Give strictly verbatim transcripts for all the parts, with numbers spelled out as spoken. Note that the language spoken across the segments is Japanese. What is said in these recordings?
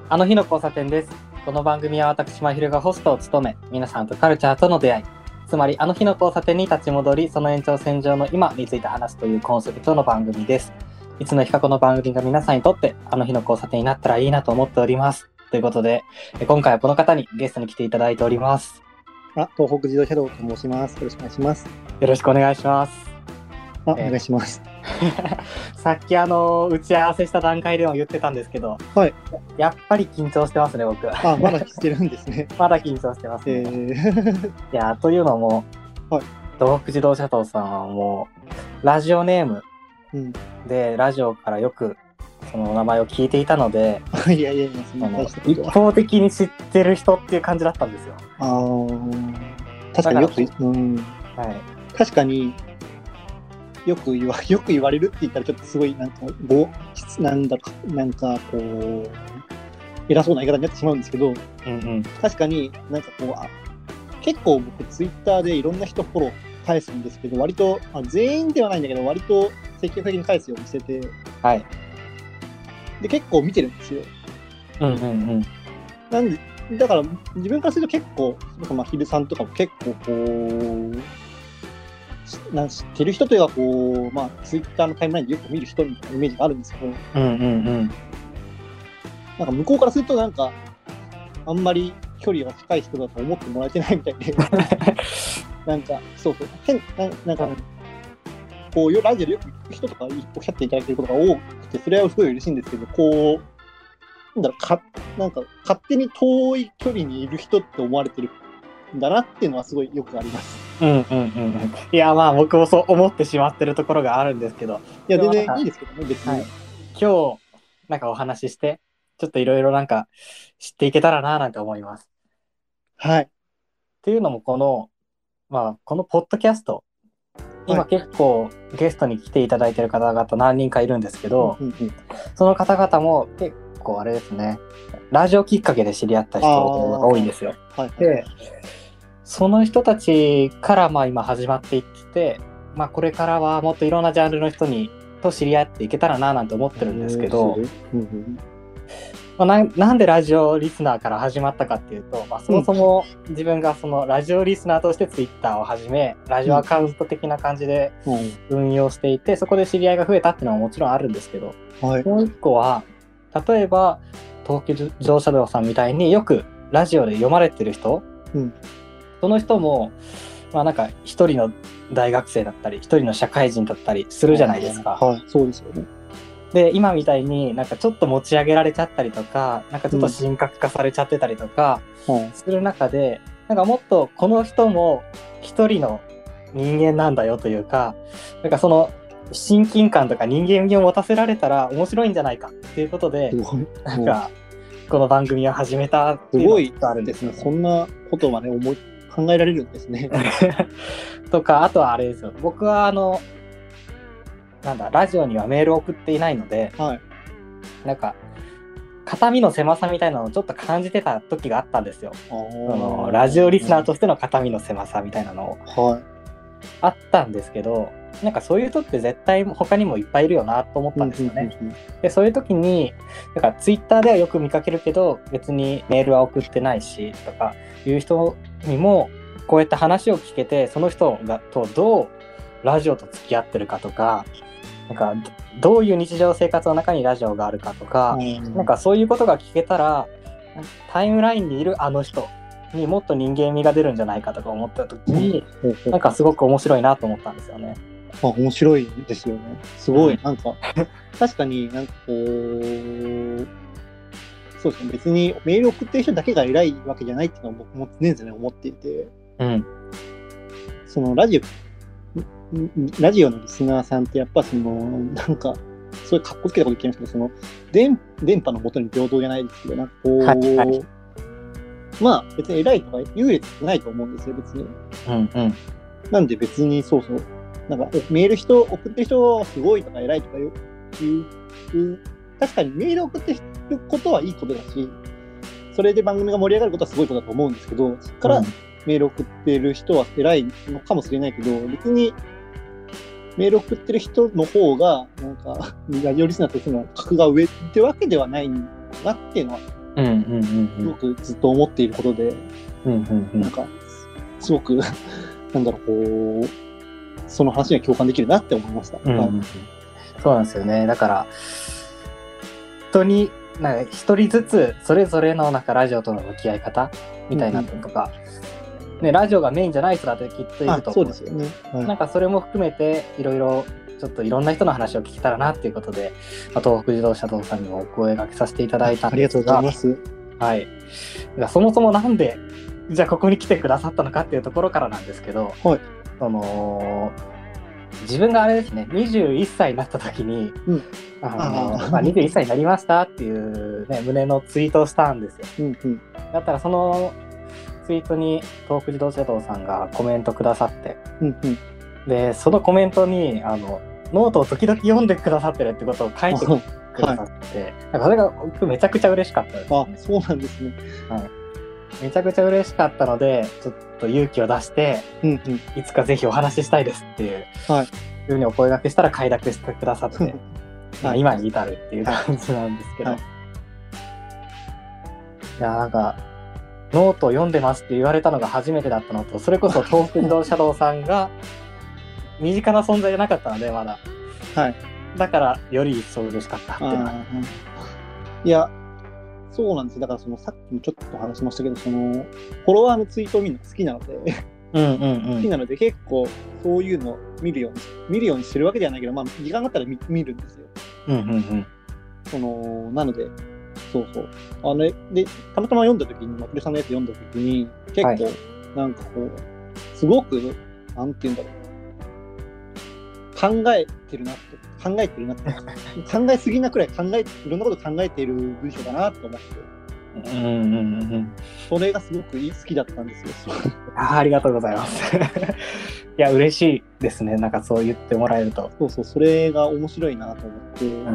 あの日の交差点です。この番組は私まひるがホストを務め、皆さんとカルチャーとの出会い、つまりあの日の交差点に立ち戻り、その延長線上の今について話すというコンセプトの番組です。いつの日かこの番組が皆さんにとってあの日の交差点になったらいいなと思っております。ということで、今回はこの方にゲストに来ていただいております。 あ、東北自動車道と申します。よろしくお願いします。 よろしくお願いします。 あ、えー、お願いします。 さっきあの打ち合わせした段階でも言ってたんですけど、 はい。 やっぱり緊張してますね、僕。 あ、まだしてるんですね。 まだ緊張してますね。 えー、 いや、というのも、はい、東北自動車道さんはもうラジオネームで、うん、ラジオからよくその名前を聞いていたので、 いやいやいや、そんな大したことは。 一方的に知ってる人っていう感じだったんですよ。 ああ、確かによく、うん、はい、確かによく言わよく言われるって言ったらちょっとすごいなんかごなんだかなんかこう偉そうな言い方になってしまうんですけど、うんうん、確かになんかこうあ結構僕ツイッターでいろんな人フォロー返すんですけど、割とあ全員ではないんだけど割と積極的に返すようにしてて、はい、で結構見てるんですよ。うんうんうん。なんでだから自分からすると結構まひるさんとかも結構こうなん知ってる人というかこう、まあ、ツイッターのタイムラインでよく見る人みたいなイメージがあるんですけど、うんうんうん、なんか向こうからするとなんかあんまり距離が近い人だと思ってもらえてないみたいでなんかそうそう変 な, なんかこうラジオでよく聞く人とかおっしゃっていただけることが多くて、それはすごい嬉しいんですけど、こうなんだろうかなんか勝手に遠い距離にいる人って思われてるんだなっていうのはすごいよくあります。うんうんうんうん。 いやまあ僕もそう思ってしまってるところがあるんですけど、 いや全然いいですけどね別に、はい、 今日なんかお話ししてちょっといろいろなんか知っていけたらななんて思います。はい。っていうのもこのまあこのポッドキャスト今結構ゲストに来ていただいてる方々何人かいるんですけど、うんうんうん、その方々も結構あれですね、ラジオきっかけで知り合った人が多いんですよ。はい、でその人たちからまあ今始まっていってて、まあ、これからはもっといろんなジャンルの人にと知り合っていけたらななんて思ってるんですけど、まあ、な, なんでラジオリスナーから始まったかっていうと、まあ、そもそも自分がそのラジオリスナーとしてツイッターを始め、ラジオアカウント的な感じで運用していて、そこで知り合いが増えたっていうのはもちろんあるんですけど、はい、もう一個は例えば東急自動車道さんみたいによくラジオで読まれてる人、うん、その人もまあなんか一人の大学生だったり一人の社会人だったりするじゃないですか。 はい、そうですよね。 で今みたいになんかちょっと持ち上げられちゃったりとか、なんかちょっと神格化されちゃってたりとかする中で、うん、なんかもっとこの人も一人の人間なんだよというか、なんかその親近感とか人間味を持たせられたら面白いんじゃないかっていうことで、なんかこの番組を始めたっていうのがあるんですよね。 すごいですね。そんなことまで思い考えられるんですね。 とかあとはあれですよ。僕はあのなんだラジオにはメールを送っていないので、はい、なんか肩身の狭さみたいなのをちょっと感じてた時があったんですよ。あのラジオリスナーとしての肩身の狭さみたいなのを、はい、あったんですけど、なんかそういう人って絶対他にもいっぱいいるよなと思ったんですよね。でそういう時になんかツイッターではよく見かけるけど別にメールは送ってないしとかいう人にもこうやって話を聞けて、その人がとどうラジオと付き合ってるかとか、なんかどういう日常生活の中にラジオがあるかとか、うん、なんかそういうことが聞けたらタイムラインにいるあの人にもっと人間味が出るんじゃないかとか思った時に、うん、なんかすごく面白いなと思ったんですよね。 あ、面白いですよね。すごい、うん、なんか確かになんかこうそうですね、別にメール送ってる人だけが偉いわけじゃないっていうのは僕も常々思っていて、うん、そのラジオラジオのリスナーさんってやっぱそのなんかそういうかっこつけたこと言ってるんですけど、その 電, 電波の元に平等じゃないですけど、なんかこう、はいはい、まあ別に偉いとか優劣ってないと思うんですよ別に、うんうん、なんで別にそうそうなんかメール人送ってる人はすごいとか偉いとかいう確かにメール送ってることはいいことだし、それで番組が盛り上がることはすごいことだと思うんですけど、そこからメール送ってる人は偉いのかもしれないけど、別にメール送ってる人の方がなんかラジオリスナーとしての格が上ってわけではないなっていうのはうんうんうんすごくずっと思っていることで、 うんうんうん、 なんかすごくなんだろうこうその話には共感できるなって思いました。 うんうんうん、そうなんですよね。だから人になんか一人ずつそれぞれのなんかラジオとの向き合い方みたいなのとか、うんうん、ね、ラジオがメインじゃない人だってきっといると思うんですよね。はい、なんかそれも含めていろいろちょっといろんな人の話を聞けたらなっていうことで、東北自動車道さんにもお声掛けさせていただいたんですが、 ありがとうございます。 はい。そもそもなんでじゃあここに来てくださったのかっていうところからなんですけど、 はい、 その自分があれですね、にじゅういっさいになった時に、うん、あのまあ、にじゅういっさいになりましたっていう、ね、胸のツイートをしたんですよ。うんうん、だったらそのツイートに東北自動車道さんがコメントくださって、うんうん、でそのコメントにあのノートを時々読んでくださってるってことを書いてくださって、はい、なんかそれが僕めちゃくちゃ嬉しかったです、ね。 あ、そうなんですね。 はい、めちゃくちゃ嬉しかったので、ちょっと勇気を出して、うんうん、いつかぜひお話ししたいですっていう、はい、ふうにお声掛けしたら快諾してくださって、まあ今に至るっていう感じなんですけど、はい、いやなんかノートを読んでますって言われたのが初めてだったのと、それこそ東北自動車道さんが身近な存在じゃなかったのでまだ、はい、だからより一層嬉しかったっていうのは。 いやそうなんですよ。だからそのさっきもちょっと話しましたけど、そのフォロワーのツイートを見るの好きなのでうんうん、うん、好きなので結構そういうの見るように見るようにしてるわけではないけど、まあ時間があったら 見, 見るんですよ。うんうんうん。そのなのでそうそうあれでたまたま読んだ時にまくるさんのやつ読んだ時に結構、はい、なんかこうすごくなんて言うんだろう考えてるなって考えてるなって考えすぎなくらい考えいろんなこと考えている文章だなと思って、うんうんうん、それがすごく好きだったんですよ。 あ, ありがとうございますいや嬉しいですね、なんかそう言ってもらえると。 そうそう、それが面白いなと思って、うんうん、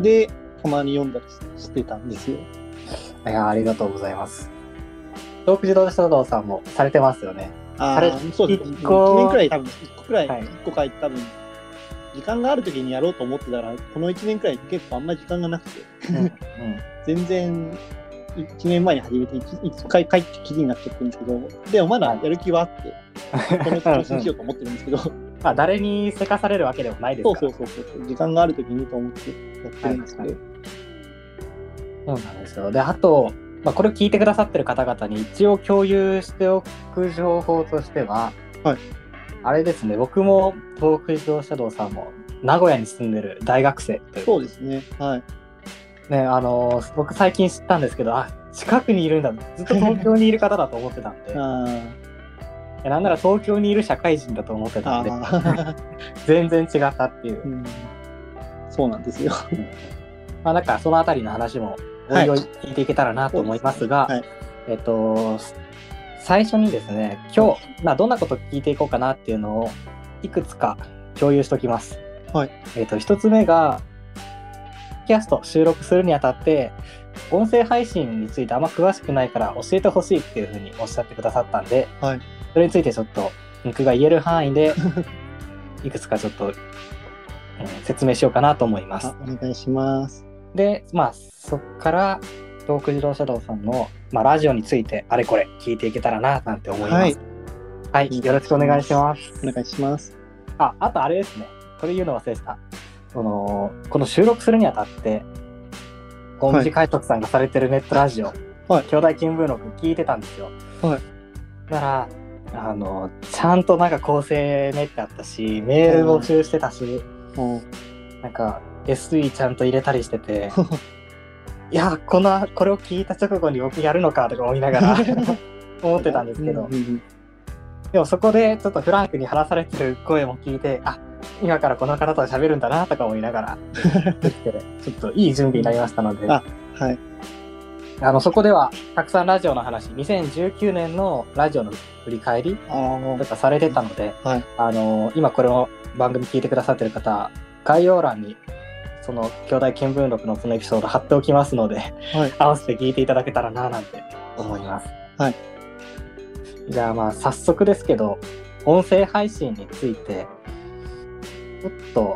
でたまに読んだりしてたんですよ。 いやありがとうございます。東北自動車道さんもされてますよね。 ああそうですね。いちねんくらい多分いっこくらい、はい、いっこかい多分時間がある時にやろうと思ってたらこのいちねんくらい結構あんまり時間がなくて、うんうん、全然いちねんまえに始めて 1, いっかい帰ってきりになっちゃってるんですけど、でもまだやる気はあってこの調子にしようと思ってるんですけどまあ誰にせかされるわけでもないですから。 そうそうそうそう、時間がある時にと思ってやってるんですけど、はいはい、 そうなんですよ。であと、まあ、これを聞いてくださってる方々に一応共有しておく情報としては、はい、あれですね、僕も東北自動車道さんも名古屋に住んでる大学生という。 そうですね。はい。 ね、あのー、僕最近知ったんですけど、あ、近くにいるんだ。ずっと東京にいる方だと思ってたんで。あなんなら東京にいる社会人だと思ってたんで、全然違ったっていう。うん、 そうなんですよ。 まあなんかそのあたりの話もおいおい聞いていけたらなと思いますが、はいはい、えっと。最初にですね、今日、まあ、どんなこと聞いていこうかなっていうのをいくつか共有しておきます。はい。えっと、一つ目が、キャスト収録するにあたって、音声配信についてあんま詳しくないから教えてほしいっていうふうにおっしゃってくださったんで、はい、それについてちょっと僕が言える範囲で、いくつかちょっと、うん、説明しようかなと思います。 お願いします。 で、まあ、そっから、東北自動車道さんの、まあ、ラジオについてあれこれ聞いていけたらななんて思います。はい、はい、よろしくお願いします。 お願いします。 あ、あとあれですね。これ言うの忘れてた。そのこの収録するにあたって、ゴムジ海賊さんがされてるネットラジオ、はい、兄弟見聞録聞いてたんですよ。はい。だからあのちゃんとなんか構成練ってあったし、メール募集してたし、うん、なんか エスイー ちゃんと入れたりしてて。いやこのこれを聞いた直後に僕やるのかとか思いながら思ってたんですけど、うんうんうん、でもそこでちょっとフランクに話されてる声も聞いて、あ、今からこの方と喋るんだなとか思いながらちょっといい準備になりましたので、あ、はい、あのそこではたくさんラジオの話、にせんじゅうきゅうねんのラジオの振り返りとかされてたので、はい、あの今これを番組聞いてくださってる方、概要欄にその兄弟見聞録のそのエピソード貼っておきますので、はい、合わせて聞いていただけたらななんて思います。はい。じゃあまあ早速ですけど、音声配信についてちょっと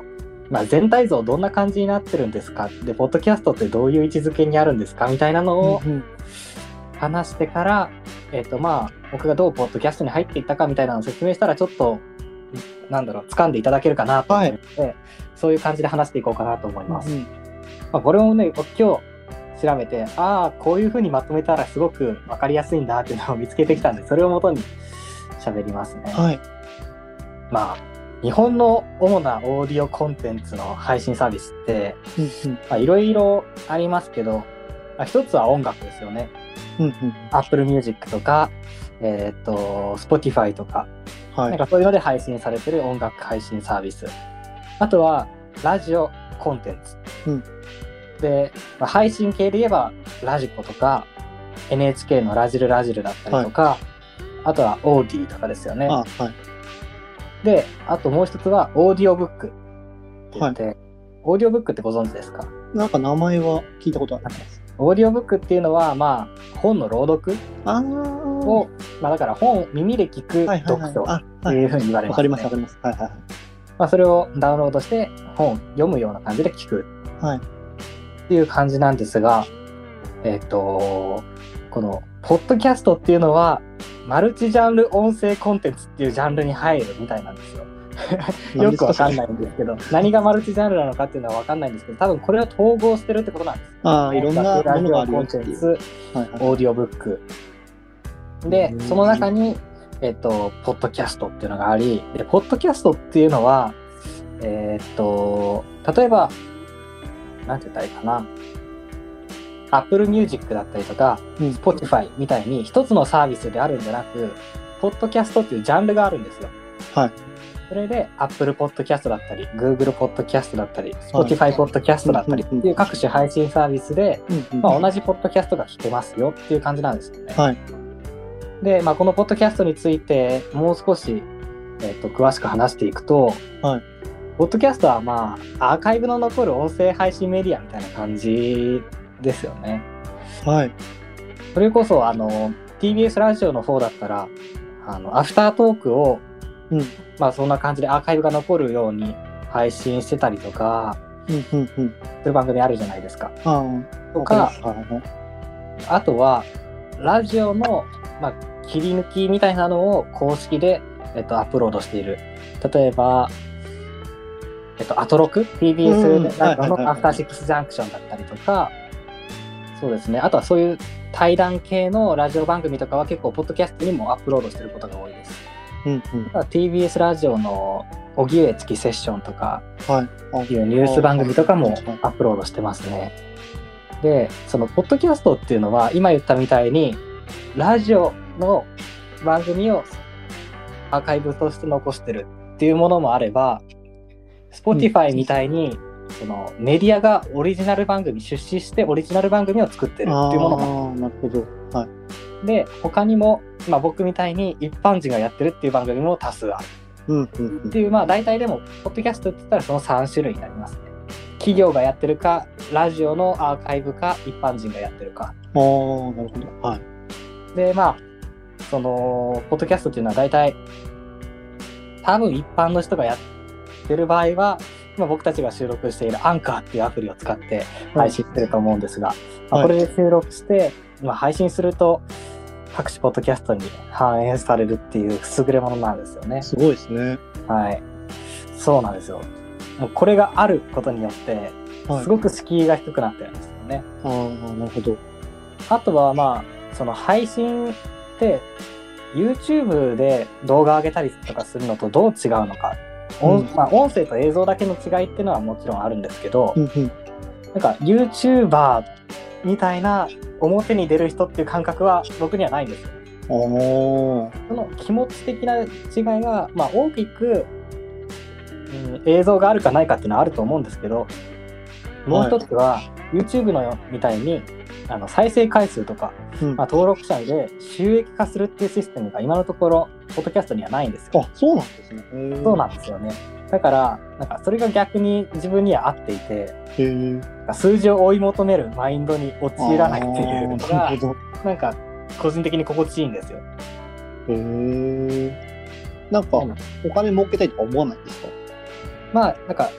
まあ、全体像どんな感じになってるんですかで、ポッドキャストってどういう位置づけにあるんですかみたいなのを話してから、うんうん、えっとまあ僕がどうポッドキャストに入っていったかみたいなのを説明したらちょっとなんだろう掴んでいただけるかなと思って、はい、そういう感じで話していこうかなと思います。うんうんまあ、これもね今日調べてああこういう風にまとめたらすごく分かりやすいんだっていうのを見つけてきたんでそれをもとに喋りますね。はい、まあ日本の主なオーディオコンテンツの配信サービスっていろいろありますけど、まあ、一つは音楽ですよね。うんうん、Apple Music とか、えー、と Spotify とか、はい、なんかそういうので配信されてる音楽配信サービス。あとはラジオコンテンツ、うん、で、まあ、配信系で言えばラジコとか エヌエイチケー のラジルラジルだったりとか、はい、あとはオーディとかですよね。あ、はい、であともう一つはオーディオブックって言って、はい、オーディオブックってご存知ですか？ なんか名前は聞いたことあります。 オーディオブックっていうのは、まあ、本の朗読を、まあ、だから本を耳で聞く読書っていうふうに言われますね。わかります、わかります。はいはいはい。まあ、それをダウンロードして本を読むような感じで聞くっていう感じなんですが、えっと、このポッドキャストっていうのはマルチジャンル音声コンテンツっていうジャンルに入るみたいなんですよ。よくわかんないんですけど何がマルチジャンルなのかっていうのはわかんないんですけど多分これを統合してるってことなんです。 ああ、いろんなものがあるコンテンツ、はいはい、オーディオブックでその中に、えっと、ポッドキャストっていうのがありでポッドキャストっていうのはえー、っと例えばなんて言ったらいいかなApple Music だったりとか、うん、Spotify みたいに一つのサービスであるんじゃなくポッドキャストっていうジャンルがあるんですよ。はい。それで Apple Podcast だったり Google Podcast だったり Spotify Podcast だったりっていう各種配信サービスで、まあ、同じポッドキャストが聞けますよっていう感じなんですよね。はい。で、まあ、このポッドキャストについてもう少し、えー、と詳しく話していくと、はい、ポッドキャストはまあアーカイブの残る音声配信メディアみたいな感じですよね。はい。それこそあの ティービーエス ラジオの方だったらあのアフタートークをうん、まあそんな感じでアーカイブが残るように配信してたりとか、うんうんうん、そういう番組あるじゃないですか。あとか、あとはラジオの、まあ、切り抜きみたいなのを公式で、えっと、アップロードしている。例えば、えっと、アトロク ティービーエス ラジオのアフターシックスジャンクションだったりとか、そうですね。あとはそういう対談系のラジオ番組とかは結構ポッドキャストにもアップロードしてることが多いです。うんうん、ティービーエス ラジオの荻上チキセッションとかいうニュース番組とかもアップロードしてますね。で、そのポッドキャストっていうのは今言ったみたいにラジオの番組をアーカイブとして残してるっていうものもあれば Spotify みたいにそのメディアがオリジナル番組出資してオリジナル番組を作ってるっていうものもある。なるほど。はい。で、他にもまあ、僕みたいに一般人がやってるっていう番組も多数ある、うんうんうん、っていうまあ大体でもポッドキャストって言ったらそのさん種類になりますね。企業がやってるかラジオのアーカイブか一般人がやってるか。あー、なるほど。はい。でまあそのポッドキャストっていうのは大体多分一般の人がやってる場合は今僕たちが収録しているアンカーっていうアプリを使って配信してると思うんですが、はいまあ、これで収録して、まあ、配信すると各種ポッドキャストに反映されるっていう優れものなんですよね。 すごいですね。 はい。そうなんですよ。もうこれがあることによってすごく敷居が低くなってるんですよね。はい、ああ、なるほど。あとはまあその配信って YouTube で動画上げたりとかするのとどう違うのか、うんまあ、音声と映像だけの違いっていうのはもちろんあるんですけど、うんうん、なんか YouTuber みたいな表に出る人っていう感覚は僕にはないんですよ。おその気持ち的な違いが、まあ、大きく、うん、映像があるかないかっていうのはあると思うんですけど、もう一つは、はい、YouTube のみたいにあの再生回数とか、うんまあ、登録者で収益化するっていうシステムが今のところポッドキャストにはないんですよ。 あ、そうなんですね。 そうなんですよね。だからなんかそれが逆に自分には合っていて、へ数字を追い求めるマインドに陥らないっていうのがなんか個人的に心地いいんですよ。 へえ。なんかお金儲けたいとか思わないですか？ まあなんか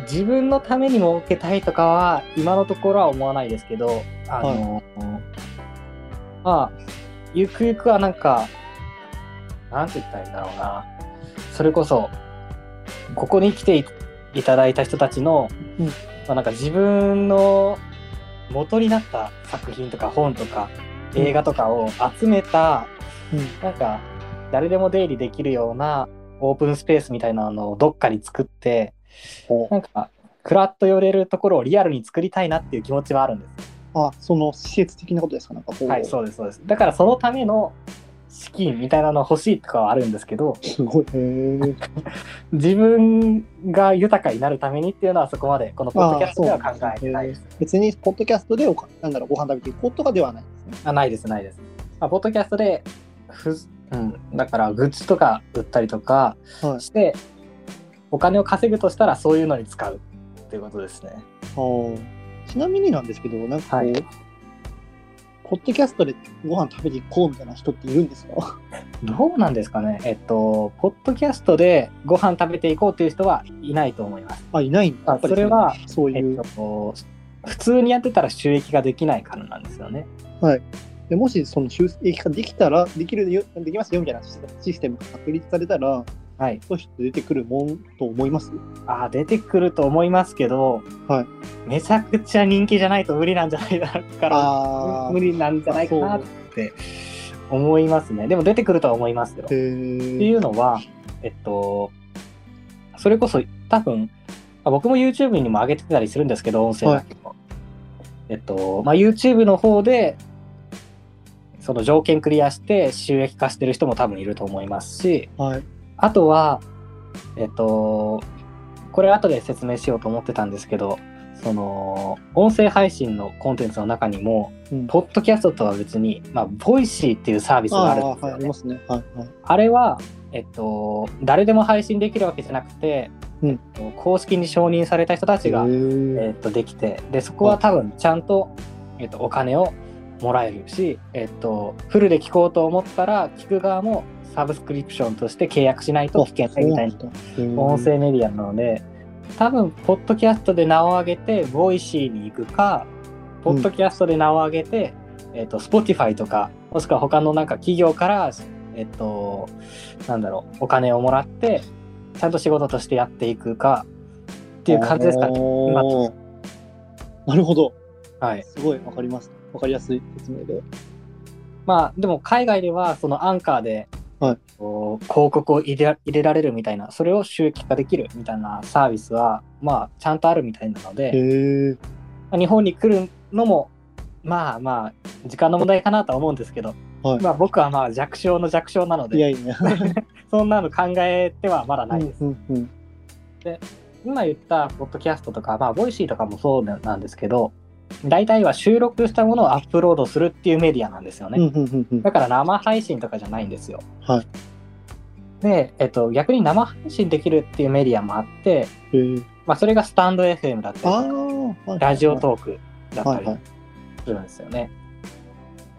自分のために儲けたいとかは今のところは思わないですけど、あの、はい、まあゆくゆくはなんかなんて言ったらいいんだろうな、それこそここに来て い, いただいた人たちの、うん、まあ、なんか自分の元になった作品とか本とか映画とかを集めた、うん、なんか誰でも出入りできるようなオープンスペースみたいなのをどっかに作って、なんかクラッと寄れるところをリアルに作りたいなっていう気持ちはあるんです。 あ、その施設的なことですか？なんかこう。 はい、そうですそうです。だからそのための資金みたいなの欲しいとかはあるんですけど、 すごい。へー自分が豊かになるためにっていうのはそこまでこのポッドキャストでは考えてないです。 別にポッドキャストでおなんだろうご飯食べていこうとかではないですね。 あ、ないですないです。まあ、ポッドキャストでふ、うん、だからグッズとか売ったりとかして、はい、お金を稼ぐとしたらそういうのに使うっていうことですね。 はあ、ちなみになんですけど、なんかこう、はい、ポッドキャストでご飯食べていこうみたいな人っているんですか？ どうなんですかね。えっと、ポッドキャストでご飯食べていこうという人はいないと思います。 あ、いないんだ。 それは、そういう、えっと、普通にやってたら収益ができないからなんですよね。 はい。でもしその収益化できたら、できるよ、できますよみたいなシステムが確立されたら、はい、そういう人出てくるもんと思います？ あ、出てくると思いますけど、はい、めちゃくちゃ人気じゃないと無理なんじゃないか無理なんじゃないかなって思いますね。でも出てくるとは思いますよ。っていうのは、えっと、それこそ多分、僕も YouTube にも上げてたりするんですけど、音声だけど、はい、えっと、まあ、YouTube の方でその条件クリアして収益化してる人も多分いると思いますし、はい、あとは、えっと、これ後で説明しようと思ってたんですけど、その音声配信のコンテンツの中にも、うん、ポッドキャストとは別に、まあ、ボイシーっていうサービスがあるんですよね。あ、はい、ありますね。はいはい、あれは、えっと、誰でも配信できるわけじゃなくて、うん、えっと、公式に承認された人たちが、えっと、できて、でそこは多分ちゃんと、えっと、お金をもらえるし、えっと、フルで聞こうと思ったら聞く側もサブスクリプションとして契約しないと聞けないみたいな音声メディアなので、多分ポッドキャストで名を上げてボイシーに行くか、ポッドキャストで名を上げて、うん、えっと Spotify とかもしくは他のなんか企業からえっとなんだろうお金をもらってちゃんと仕事としてやっていくかっていう感じですかね。 なるほど。 はい。 すごいわかります。わかりやすい説明で。 まあでも海外ではそのアンカーで、はい、広告を入れ、入れられるみたいな、それを収益化できるみたいなサービスはまあちゃんとあるみたいなので、へー、日本に来るのもまあまあ時間の問題かなとは思うんですけど、はい、まあ僕はまあ弱小の弱小なので、いやいやそんなの考えてはまだないです。うんうんうん、で今言ったポッドキャストとか、まあボイシーとかもそうなんですけど、大体は収録したものをアップロードするっていうメディアなんですよね。うんうんうんうん、だから生配信とかじゃないんですよ。はい、で、えっと、逆に生配信できるっていうメディアもあって、まあ、それがスタンド エフエム だったり、はいはい、ラジオトークだったりするんですよね。はいはい、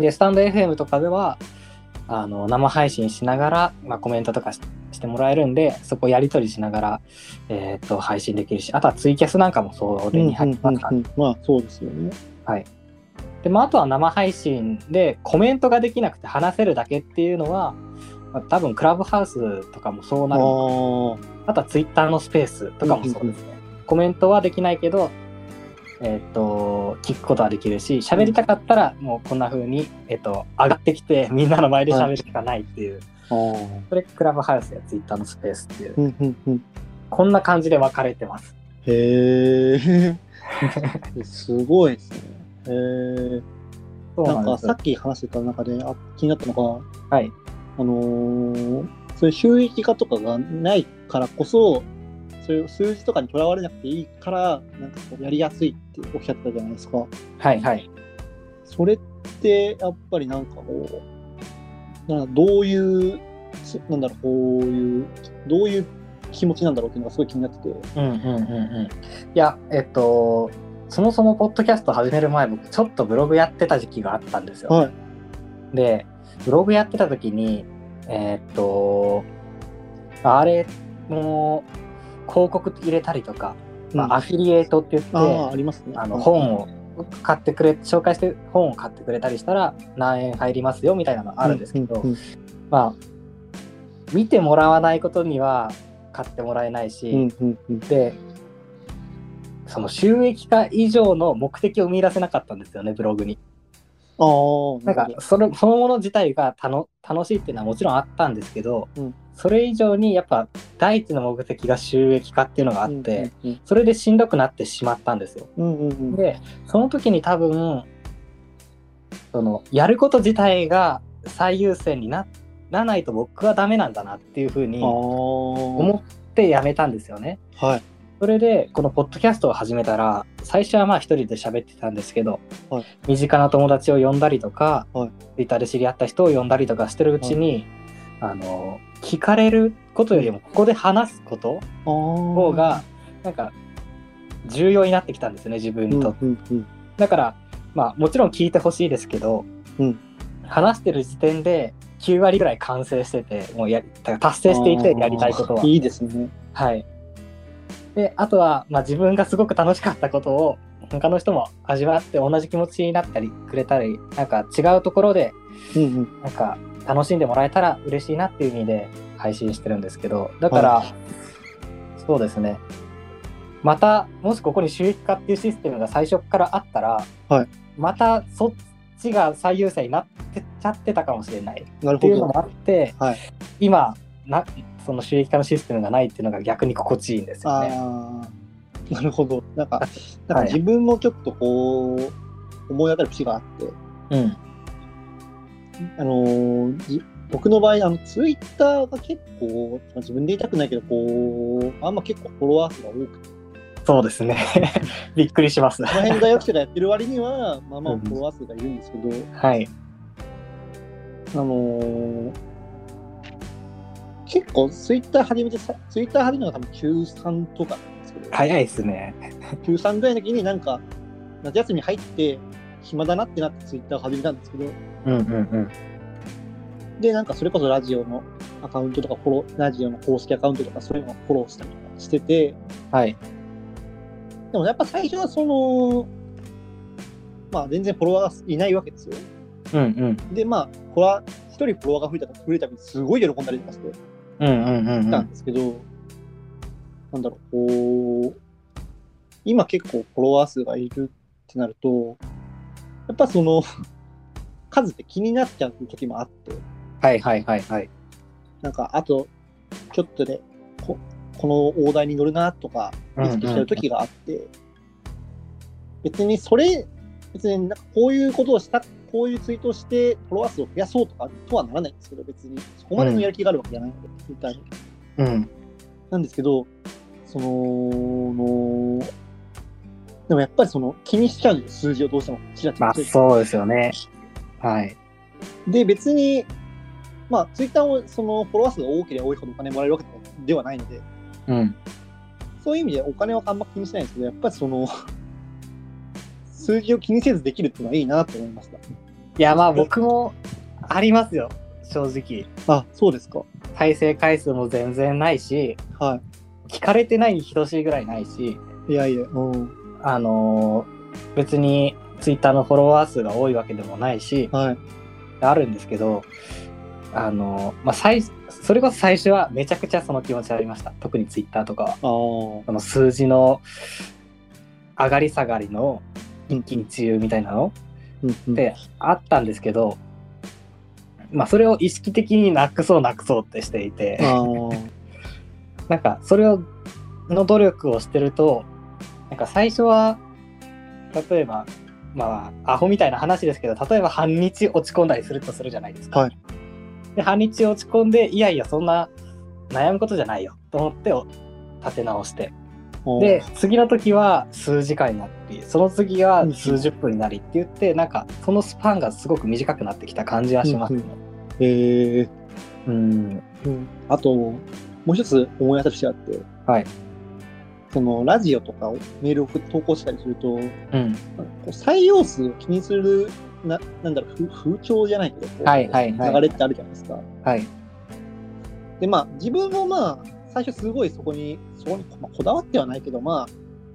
でスタンド エフエム とかではあの生配信しながら、まあ、コメントとか し, してもらえるんで、そこをやり取りしながら、えー、と配信できるし、あとはツイキャスなんかもそれに入ってますから、ね、 まあそうですよね。 はい。で、まあ、あとは生配信でコメントができなくて話せるだけっていうのは、まあ、多分クラブハウスとかもそうなるのか、あとはツイッターのスペースとかもそうですね。コメントはできないけど、えー、と聞くことはできるし、喋りたかったらもうこんな風に、えー、と上がってきてみんなの前で喋るしかないっていう、はい、それクラブハウスやツイッターのスペースっていう、うんうんうん、こんな感じで分かれてます。 へーすごいですね。へー、なんかさっき話してた中であ気になったのが、はい、あのー、そういう収益化とかがないからこそ、そういう数字とかにとらわれなくていいから、なんかこうやりやすいっておっしゃってたじゃないですか。 はいはい。 それってやっぱりなんかこう、なんかどういうなんだろうこういうどういう気持ちなんだろうっていうのがすごい気になってて。 うんうんうんうん。いやえっとそもそもポッドキャスト始める前、僕ちょっとブログやってた時期があったんですよ。はい、でブログやってた時にえー、っとあれも広告入れたりとか、 まあ、アフィリエイトって言って、 あありますね、 あの本を買ってくれ紹介して本を買ってくれたりしたら何円入りますよみたいなのあるんですけど、うんうんうん、まあ見てもらわないことには買ってもらえないし、うんうんうん、でその収益化以上の目的を見出せなかったんですよね、ブログに。あなんかそのそのもの自体がたの楽しいっていうのはもちろんあったんですけど、うん、それ以上にやっぱ第一の目的が収益化っていうのがあって、うんうんうん、それでしんどくなってしまったんですよ、うんうんうん、でその時に多分そのやること自体が最優先にならないと僕はダメなんだなっていうふうに思ってやめたんですよね。はい。それでこのポッドキャストを始めたら最初はまあ一人で喋ってたんですけど、はい、身近な友達を呼んだりとか、はい、Twitter で知り合った人を呼んだりとかしてるうちに、はい、あの聞かれることよりもここで話すこと方がなんか重要になってきたんですよね、自分にとって、うんうんうん、だからまあもちろん聞いてほしいですけど、うん、話してる時点できゅうわりぐらい完成しててもうや達成していてやりたいことはいいですね。 はい。であとは、まあ、自分がすごく楽しかったことを他の人も味わって同じ気持ちになったりくれたりなんか違うところで、うんうん、なんか楽しんでもらえたら嬉しいなっていう意味で配信してるんですけど、だから、はい、そうですね、またもしここに収益化っていうシステムが最初からあったら、はい、またそっちが最優先になってちゃってたかもしれないっていうのもあって、はい、今なその収益化のシステムがないっていうのが逆に心地いいんですよね。 あなるほど。なんか、なんか自分もちょっとこう思い当たる節があって、うん、あのー、僕の場合あのツイッターが結構自分で言いたくないけどこうあんま結構フォロワー数が多くて。 そうですね。びっくりします。 この辺大学生がやってる割にはまあまあフォロワー数がいるんですけど、うん、はい。あのー。結構ツイッター始めてさ、ツイッター始めたのが多分きゅうさんとかなんですけど。 早いですね。 きゅうさんぐらいの時になんか、夏休み入って暇だなってなってツイッターを始めたんですけど。うんうんうん。で、なんかそれこそラジオのアカウントとかフォロー、ラジオの公式アカウントとかそういうのをフォローしたりとかしてて。はい。でもやっぱ最初はその、まあ全然フォロワーがいないわけですよ。うんうん。で、まあ、フォロワー、一人フォロワーが増えたら増えたらすごい喜んだりとかして。うんうんうんうん、なんですけど、なんだろう、こう、今結構フォロワー数がいるってなると、やっぱその、数って気になっちゃう時もあって、 はいはいはいはい。 なんか、あと、ちょっとでこ、この大台に乗るなとか、意識しちゃう時があって、うんうんうん、別にそれ、別になんかこういうことをした、こういうツイートをしてフォロワー数を増やそうとかとはならないんですけど、別にそこまでのやる気があるわけじゃないので、みたいに。うん。なんですけど、その、のでもやっぱりその気にしちゃうんです、数字をどうしてもちらちら。 まあそうですよね。はい。 で、別に、まあツイッターをそのフォロワー数が多ければ多いほどお金もらえるわけではないので、うん。そういう意味でお金はあんま気にしないんですけど、やっぱりその、数字を気にせずできるっていうのはいいなと思いました。 いやまあ僕もありますよ、正直。 あ、そうですか。 再生回数も全然ないし、はい、聞かれてないに等しいぐらいないし、 いやいや、うん、 あのー、別にツイッターのフォロワー数が多いわけでもないし、はい、あるんですけど、あのー、まあ最それこそ最初はめちゃくちゃその気持ちありました。特にツイッターとかは、その数字の上がり下がりの一喜一憂みたいなのってあったんですけど、まあそれを意識的になくそうなくそうってしていてなんかそれをの努力をしてると、なんか最初は例えばまあアホみたいな話ですけど、例えば半日落ち込んだりするとするじゃないですか、はい、で半日落ち込んでいやいやそんな悩むことじゃないよと思って立て直して、で次の時は数時間になり、その次は数十分になりって言って、なんかそのスパンがすごく短くなってきた感じはしますね。へ、うん、えー、 うん、うん。あともう一つ思い当たる節があって、はい、そのラジオとかをメールを投稿したりすると、うん、こう採用数を気にするな、なんだろう、風潮じゃないけど、はいはいはい、流れってあるじゃないですか。はい。でまあ自分もまあ最初すごいそこにそこに、まあ、こだわってはないけど、まあ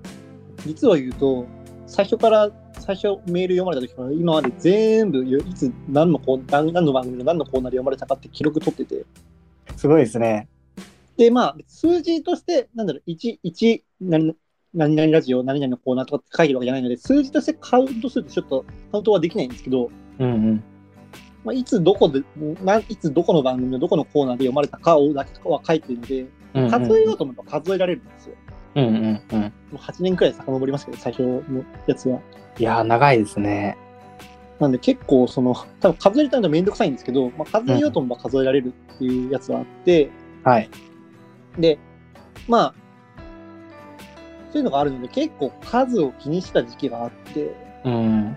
実は言うと、最初から、最初メール読まれた時から今まで全部、いつ何のコー何何の番組の何のコーナーで読まれたかって記録取ってて。 すごいですね。 で、まあ、数字として、なんだろう、いち、いち、何何々ラジオ、何々のコーナーとかって書いてるわけじゃないので、数字としてカウントするとちょっとカウントはできないんですけど、 うんうんまあ、いつどこでないつどこの番組のどこのコーナーで読まれたかをだけは書いてるので、うんうん、数えようと思えば数えられるんですよ。 うんうんうん。もうはちねんくらい遡りますけど、最初のやつは。 いやー、長いですね。 なんで結構、その、多分数えるとめんどくさいんですけど、まあ、数えようと思えば数えられるっていうやつはあって、 うん、はい。 で、まあ、そういうのがあるので、結構数を気にした時期があって、 うん、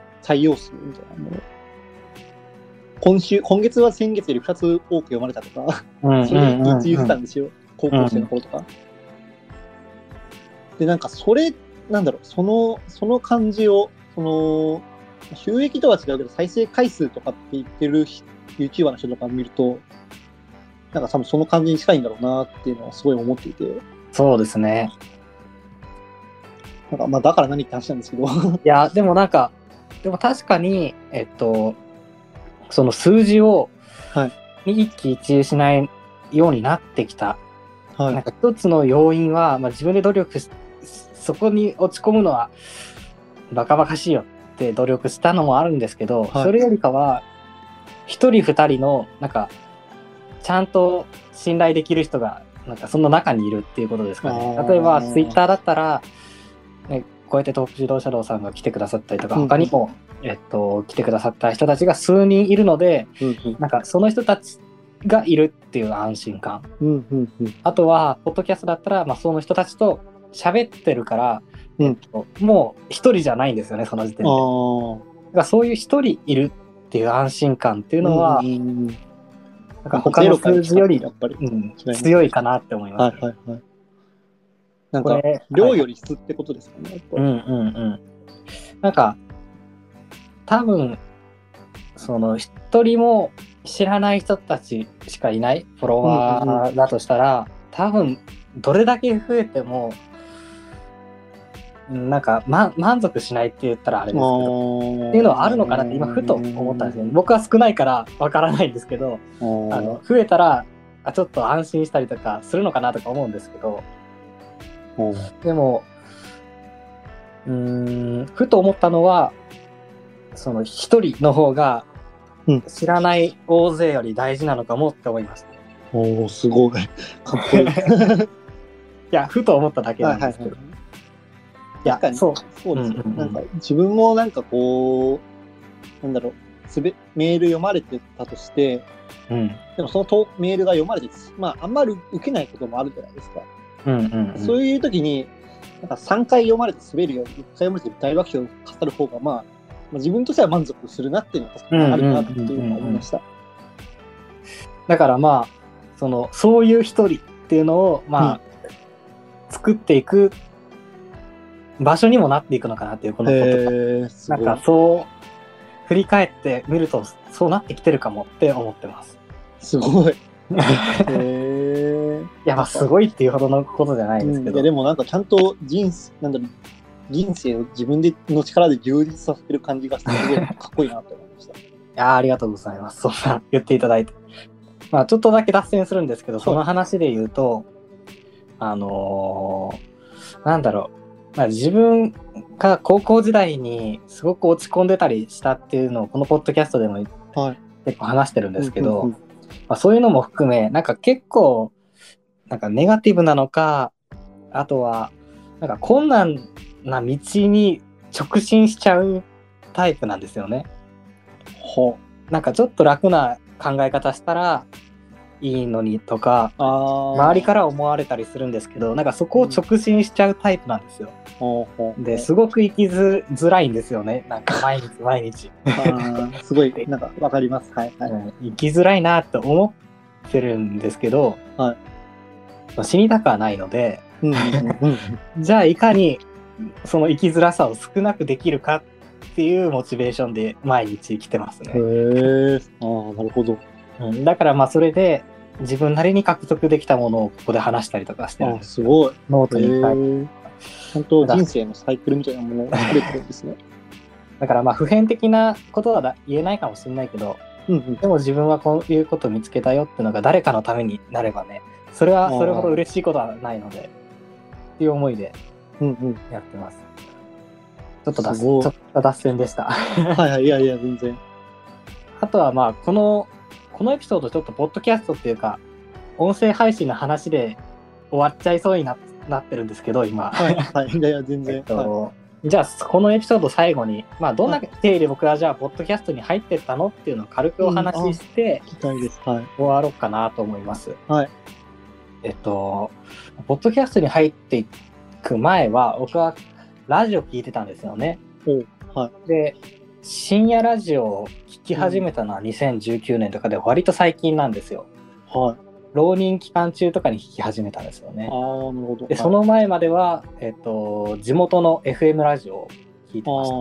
採用数みたいなもの。今週、今月は先月よりふたつ多く読まれたとか、うん、それいつ言ってたんですよ、高校生の頃とか。うん、で、なんかそれ、なんだろう、その、その感じを、その、収益とは違うけど、再生回数とかって言ってる YouTuber の人とか見ると、なんか多分その感じに近いんだろうなっていうのはすごい思っていて。 そうですね。 なんかまあだから何って話なんですけど。いや、でもなんか、でも確かに、えっと、その数字を、 はい、 に一喜一憂しないようになってきた。 はい、 なんか一つの要因は、まあ、自分で努力し、そこに落ち込むのはバカバカしいよって努力したのもあるんですけど、はい、それよりかは、一人二人の、なんか、ちゃんと信頼できる人が、なんかその中にいるっていうことですかね。例えば、ツイッターだったら、ね、こうやって東北自動車道さんが来てくださったりとか、他にも、えっと、来てくださった人たちが数人いるので、うんうん、なんかその人たちがいるっていう安心感。 うんうんうん、 あとは、ポッドキャストだったら、まあ、その人たちと喋ってるから、うんえっと、もう一人じゃないんですよね、その時点で。だからそういう一人いるっていう安心感っていうのは、うんうんうん、なんか他の数字より、うん、強いかなって思います、ね。 はいはいはい。なんか、量より質ってことですかね。はい、 うんうんうん。なんか、多分、その一人も知らない人たちしかいないフォロワーだとしたら、うんうんうん、多分、どれだけ増えても、なんか、ま、満足しないって言ったらあれですけど、っていうのはあるのかなって今、ふと思ったんですよね。僕は少ないからわからないんですけど、あの増えたらあ、ちょっと安心したりとかするのかなとか思うんですけど、でも、うーん、ふと思ったのは、その一人の方が知らない大勢より大事なのかもって思いました。 うん、おー、すごい。かっこいい。いや、ふと思っただけなんですけど。はいはいはい、 いや、確かにそう、そうですよ、うんうんうん。なんか自分もなんかこう、なんだろう、すべメール読まれてたとして、うん、でもそのとメールが読まれて、まあ、あんまり受けないこともあるじゃないですか。 うんうんうん、 そういう時に、なんかさんかい読まれて滑るよりいっかい読まれて大爆笑を語る方が、まあ、まあ、自分としては満足するなっていうのは確かにあるなっていうのは思いました。 だからまあ、その、そういう一人っていうのを、まあ、うん、作っていく場所にもなっていくのかなっていう、このことが。なんかそう、振り返ってみると、そうなってきてるかもって思ってます。 すごい。へいや、まあ、すごいっていうほどのことじゃないですけど。 うん、いやでもなんかちゃんと人生、なんだろう、人生を自分での力で充実させてる感じがしてすごいかっこいいなと思いました。いや、ありがとうございます。そんな言っていただいて。まあ、ちょっとだけ脱線するんですけど、その話で言うと、あのー、なんだろう、まあ、自分が高校時代にすごく落ち込んでたりしたっていうのをこのポッドキャストでも結構話してるんですけど、まあ、そういうのも含め、なんか結構なんかネガティブなのか、あとはなんか困難な道に直進しちゃうタイプなんですよね。 ほう。なんかちょっと楽な考え方したらいいのにとか、周りから思われたりするんですけど、なんかそこを直進しちゃうタイプなんですよ。うん、ですごく生きづらいんですよね。なんか毎日毎日。 あすごいなんかわかります。はいはい、 うん。生きづらいなって思ってるんですけど、はい、死にたくはないので、うんうんうん、じゃあいかにその生きづらさを少なくできるかっていうモチベーションで毎日生きてますね。 へー、ああ、なるほど。 うん、だからまあそれで自分なりに獲得できたものをここで話したりとかしてるんです。 あ、すごい。 ノートに書いて。 ちゃんと人生のサイクルみたいなものを作れてるんですね。 だからまあ普遍的なことは言えないかもしれないけど、うんうん、でも自分はこういうことを見つけたよっていうのが誰かのためになればね、それはそれほど嬉しいことはないのでっていう思いでやってます。うんうん、ちょっと脱ちょっと脱線でした。 はいはい、いやいや全然。 あとはまあこのこのエピソードちょっとポッドキャストっていうか音声配信の話で終わっちゃいそうに な, なってるんですけど今。 はいはい、いやいや全然。えっとはい、じゃあこのエピソード最後に、まあ、どんな経緯で僕はじゃあポッドキャストに入ってったのっていうのを軽くお話しして、 うん、はい、 終わろうかなと思います。 はい。 えっとポッドキャストに入っていく前は僕はラジオ聞いてたんですよね。 お、はい、 で深夜ラジオを聞き始めたのはにせんじゅうきゅうねんとかで割と最近なんですよ。 はい。 浪人期間中とかに聞き始めたんですよね。 ああ、なるほど。 で、その前までは、えっと、地元の エフエム ラジオを聞いてました。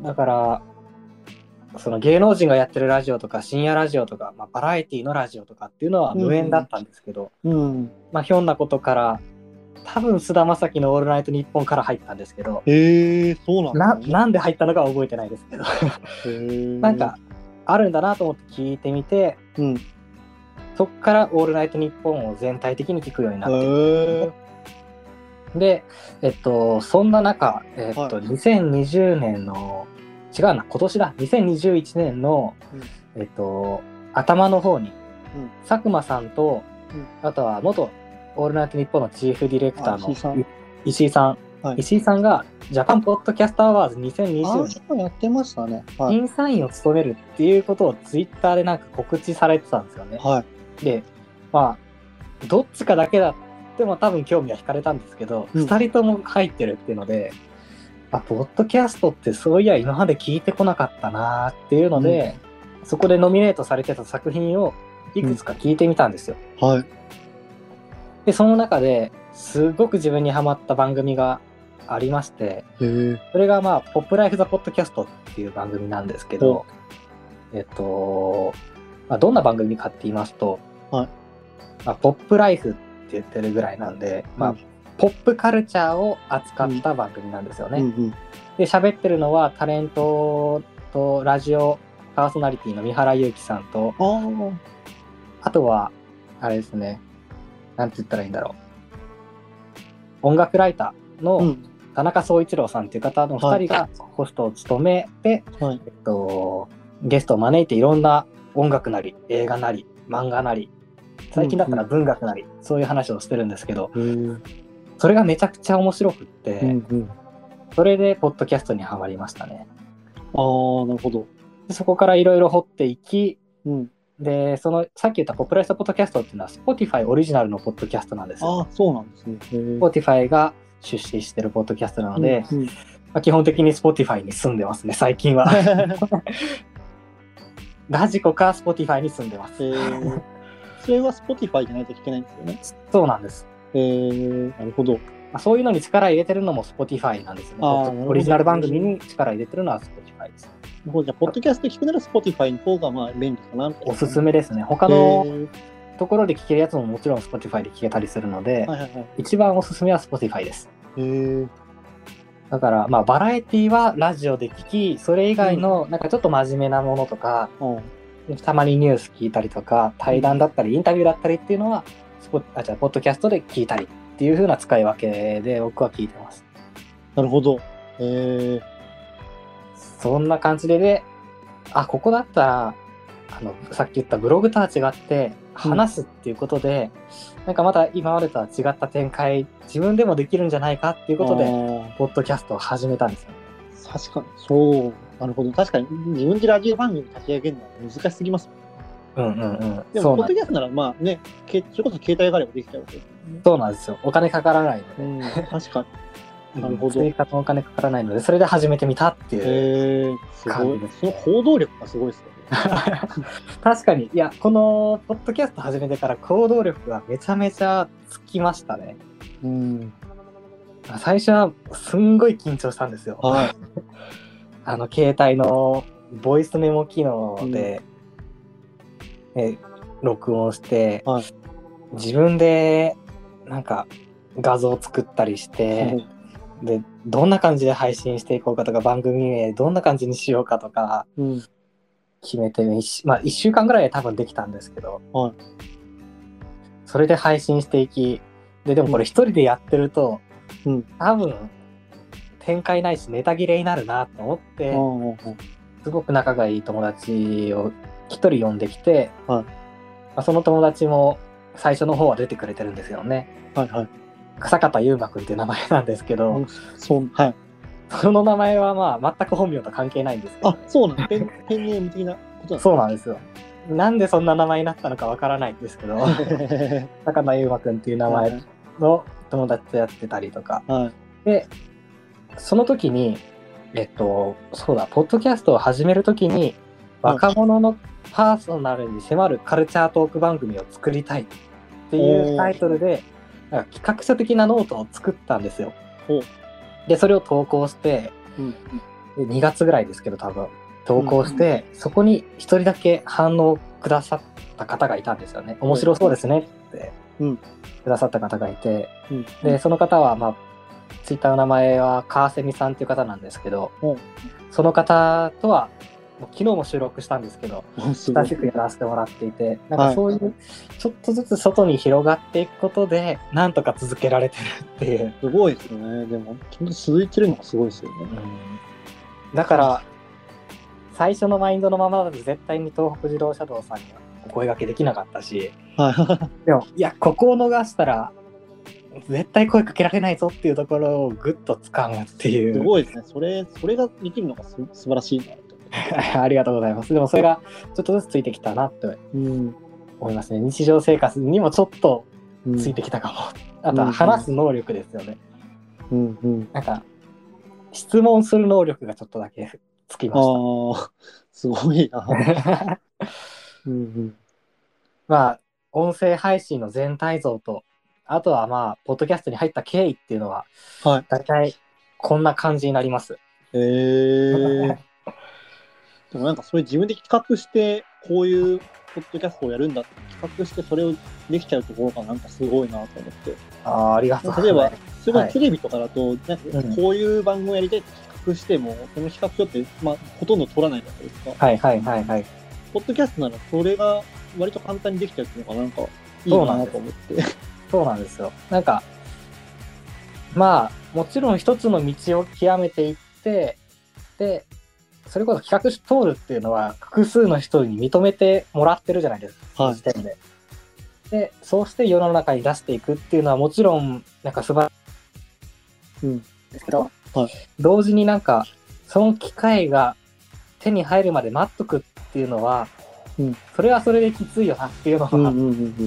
だから、その芸能人がやってるラジオとか深夜ラジオとか、まあ、バラエティのラジオとかっていうのは無縁だったんですけど、 うんうん、まあ、ひょんなことから多分菅田将暉のオールナイトニッポンから入ったんですけど、 へー、そうなんですね。 な、なんで入ったのかは覚えてないですけどなんかあるんだなと思って聞いてみて、うん、そっからオールナイトニッポンを全体的に聞くようになっていく。で、えっと、そんな中、えっと、はい、にせんにじゅうねんの、違うな、今年だ、にせんにじゅういちねんの、うん、えっと、頭の方に、うん、佐久間さんと、うん、あとは元オールナイトニッポンのチーフディレクターの石井さん、石井さん、はい、石井さんが、ジャパンポッドキャストアワーズにせんにじゅうねん、 やってましたね。 はい、審査員を務めるっていうことをツイッターでなんか告知されてたんですよね。 はい、 で、まあ、どっちかだけだっても多分興味は惹かれたんですけど、うん、ふたりとも入ってるっていうので、あ、ポッドキャストってそういや今まで聞いてこなかったなっていうので、うん、そこでノミネートされてた作品をいくつか聞いてみたんですよ。 うん、はい。 で、その中ですごく自分にハマった番組がありまして、 へそれがまあ、ポップライフザポッドキャストっていう番組なんですけど、えっと、まあ、どんな番組かって言いますと、 はい、 まあ、ポップライフって言ってるぐらいなんで、まあ、うん、ポップカルチャーを扱った番組なんですよね。うんうんうん、で、喋ってるのはタレントとラジオパーソナリティの三原祐希さんと、あとは、あれですね、なんて言ったらいいんだろう。音楽ライターの田中総一郎さんっていう方のふたりがホストを務めて、はい、えっと、ゲストを招いていろんな音楽なり、映画なり、漫画なり、最近だったら文学なり、うんうん、そういう話をしてるんですけど、それがめちゃくちゃ面白くって、うんうん、それでポッドキャストにはまりましたね。 ああ、なるほど。 でそこからいろいろ掘っていき、うん、で、そのさっき言ったポップライフポッドキャストっていうのは Spotify オリジナルのポッドキャストなんですよ。 ああ、そうなんですね。 Spotify が出資してるポッドキャストなので、うんうん、まあ、基本的に Spotify に住んでますね、最近は。ラジコか Spotify に住んでます。 それは Spotify じゃないと聞けないんですよね。 そうなんです。 へー、なるほど。 まあ、そういうのに力入れてるのも Spotify なんですよね。オリジナル番組に力入れてるのは Spotify です。 じゃあ、ポッドキャスト聞くなら Spotify の方がまあ便利かな。 おすすめですね。他のところで聞けるやつももちろん Spotify で聞けたりするので、はいはいはい、一番おすすめは Spotify です。 へー。 だから、まあ、バラエティはラジオで聞き、それ以外のなんかちょっと真面目なものとか、うん、たまにニュース聞いたりとか、対談だったりインタビューだったりっていうのは、スポあじゃあポッドキャストで聞いたりっていう風な使い分けで僕は聞いてます。 なるほど。へー。 そんな感じでで、あ、ここだったらあのさっき言ったブログとは違って話すっていうことで、うん、なんかまた今までとは違った展開自分でもできるんじゃないかっていうことでポッドキャストを始めたんですよね。 確かにそうなるほど。確かに自分でラジオ番組立ち上げるのは難しすぎますもん。うんうんうん。 でもポッドキャストならまあね、それこそ携帯があればできちゃうわけですよね。 そうなんですよ。お金かからないので、 うん、確かになるほど。 追加のお金かからないのでそれで始めてみたっていう感じです。 その行動力がすごいですよね。 確かに、いや、このポッドキャスト始めてから行動力がめちゃめちゃつきましたね。 うん、 最初はすんごい緊張したんですよ。 はい、 あの携帯のボイスメモ機能で、うん、え録音して、はい、自分でなんか画像を作ったりして、うん、でどんな感じで配信していこうかとか、番組名どんな感じにしようかとか決めて、うん、まあ、いっしゅうかんぐらいで多分できたんですけど、はい、それで配信していき、ででもこれ一人でやってると、うん、多分展開ないしネタ切れになるなと思って、うん、すごく仲がいい友達を一人呼んできて、はい、まあ、その友達も最初の方は出てくれてるんですよね。はいはい。草方優馬くんっていう名前なんですけど、うん、そう、はい。その名前はまあ全く本名と関係ないんですけど、ね、 あ、そうなんです。ペン、ペンネーム的なことなんですか？ そうなんですよ。なんでそんな名前になったのかわからないんですけど、草方優馬くんっていう名前の友達とやってたりとか、はい、でその時にえっとそうだポッドキャストを始める時に、若者のパーソナルに迫るカルチャートーク番組を作りたいっていうタイトルでなんか企画書的なノートを作ったんですよ。でそれを投稿して、うん、にがつぐらいですけど多分投稿して、うん、そこに一人だけ反応くださった方がいたんですよね。面白そうですねってくださった方がいて、うん、でその方はまあツイッターの名前は川蝉さんっていう方なんですけど、うん、その方とはもう昨日も収録したんですけど親しくやらせてもらっていて、なんかそういうちょっとずつ外に広がっていくことでなんとか続けられてるっていう。 すごいですよね。でもちゃんと続いてるのがすごいですよね。 うん、だから最初のマインドのままだと絶対に東北自動車道さんにはお声掛けできなかったし、でもいやここを逃したら絶対声かけられないぞっていうところをグッと掴むっていう。 すごいですね。それそれができるのがす素晴らしいなとありがとうございます。でもそれがちょっとずつついてきたなって思いますね。日常生活にもちょっとついてきたかも。うん、あとは話す能力ですよね。うんうん、なんか質問する能力がちょっとだけつきました。 あすごいな。うん、うん、 まあ音声配信の全体像とあとはまあポッドキャストに入った経緯っていうのは、はい、大体こんな感じになります。 へーでもなんかそれ自分で企画してこういうポッドキャストをやるんだって企画してそれをできちゃうところがなんかすごいなと思って。 あありがとうございます。例えばそれがテレビとかだと、はい、なんかこういう番組をやりたいって企画しても、うん、その企画書ってまあほとんど取らないじゃないですか。 はいはいはいはい。 ポッドキャストならそれが割と簡単にできちゃうっていうのがなんかいいなと思って。 そうなんですよ。なんかまあもちろん一つの道を極めていってでそれこそ企画書通るっていうのは複数の人に認めてもらってるじゃないですか、はい、時点で。でそうして世の中に出していくっていうのはもちろんなんか素晴らしいんですけど、うんはい、同時になんかその機会が手に入るまで待っとくっていうのは、うん、それはそれできついよなっていうのは、うんうんうんうん、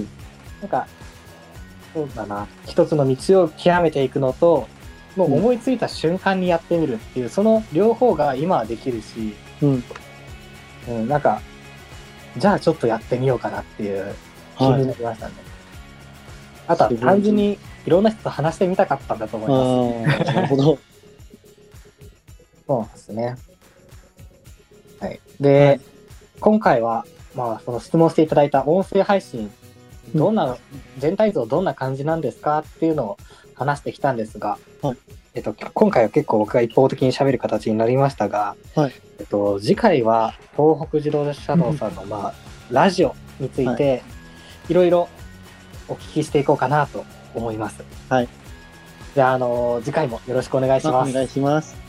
なんかそうだな一つの道を極めていくのともう思いついた瞬間にやってみるっていう、うん、その両方が今はできるし、うんうん、なんかじゃあちょっとやってみようかなっていう気になりましたね、はい、あとは単純にいろんな人と話してみたかったんだと思います。なるほど。そうですね。はい。で、はい、今回はまあその質問していただいた音声配信どんな、うん、全体像どんな感じなんですかっていうのを話してきたんですが、はいえっと、今回は結構僕が一方的に喋る形になりましたが、はいえっと、次回は東北自動車道さんの、まあ、ラジオについて、はい、いろいろお聞きしていこうかなと思います。はい、じゃあ、あの次回もよろしくお願いします。 お願いします。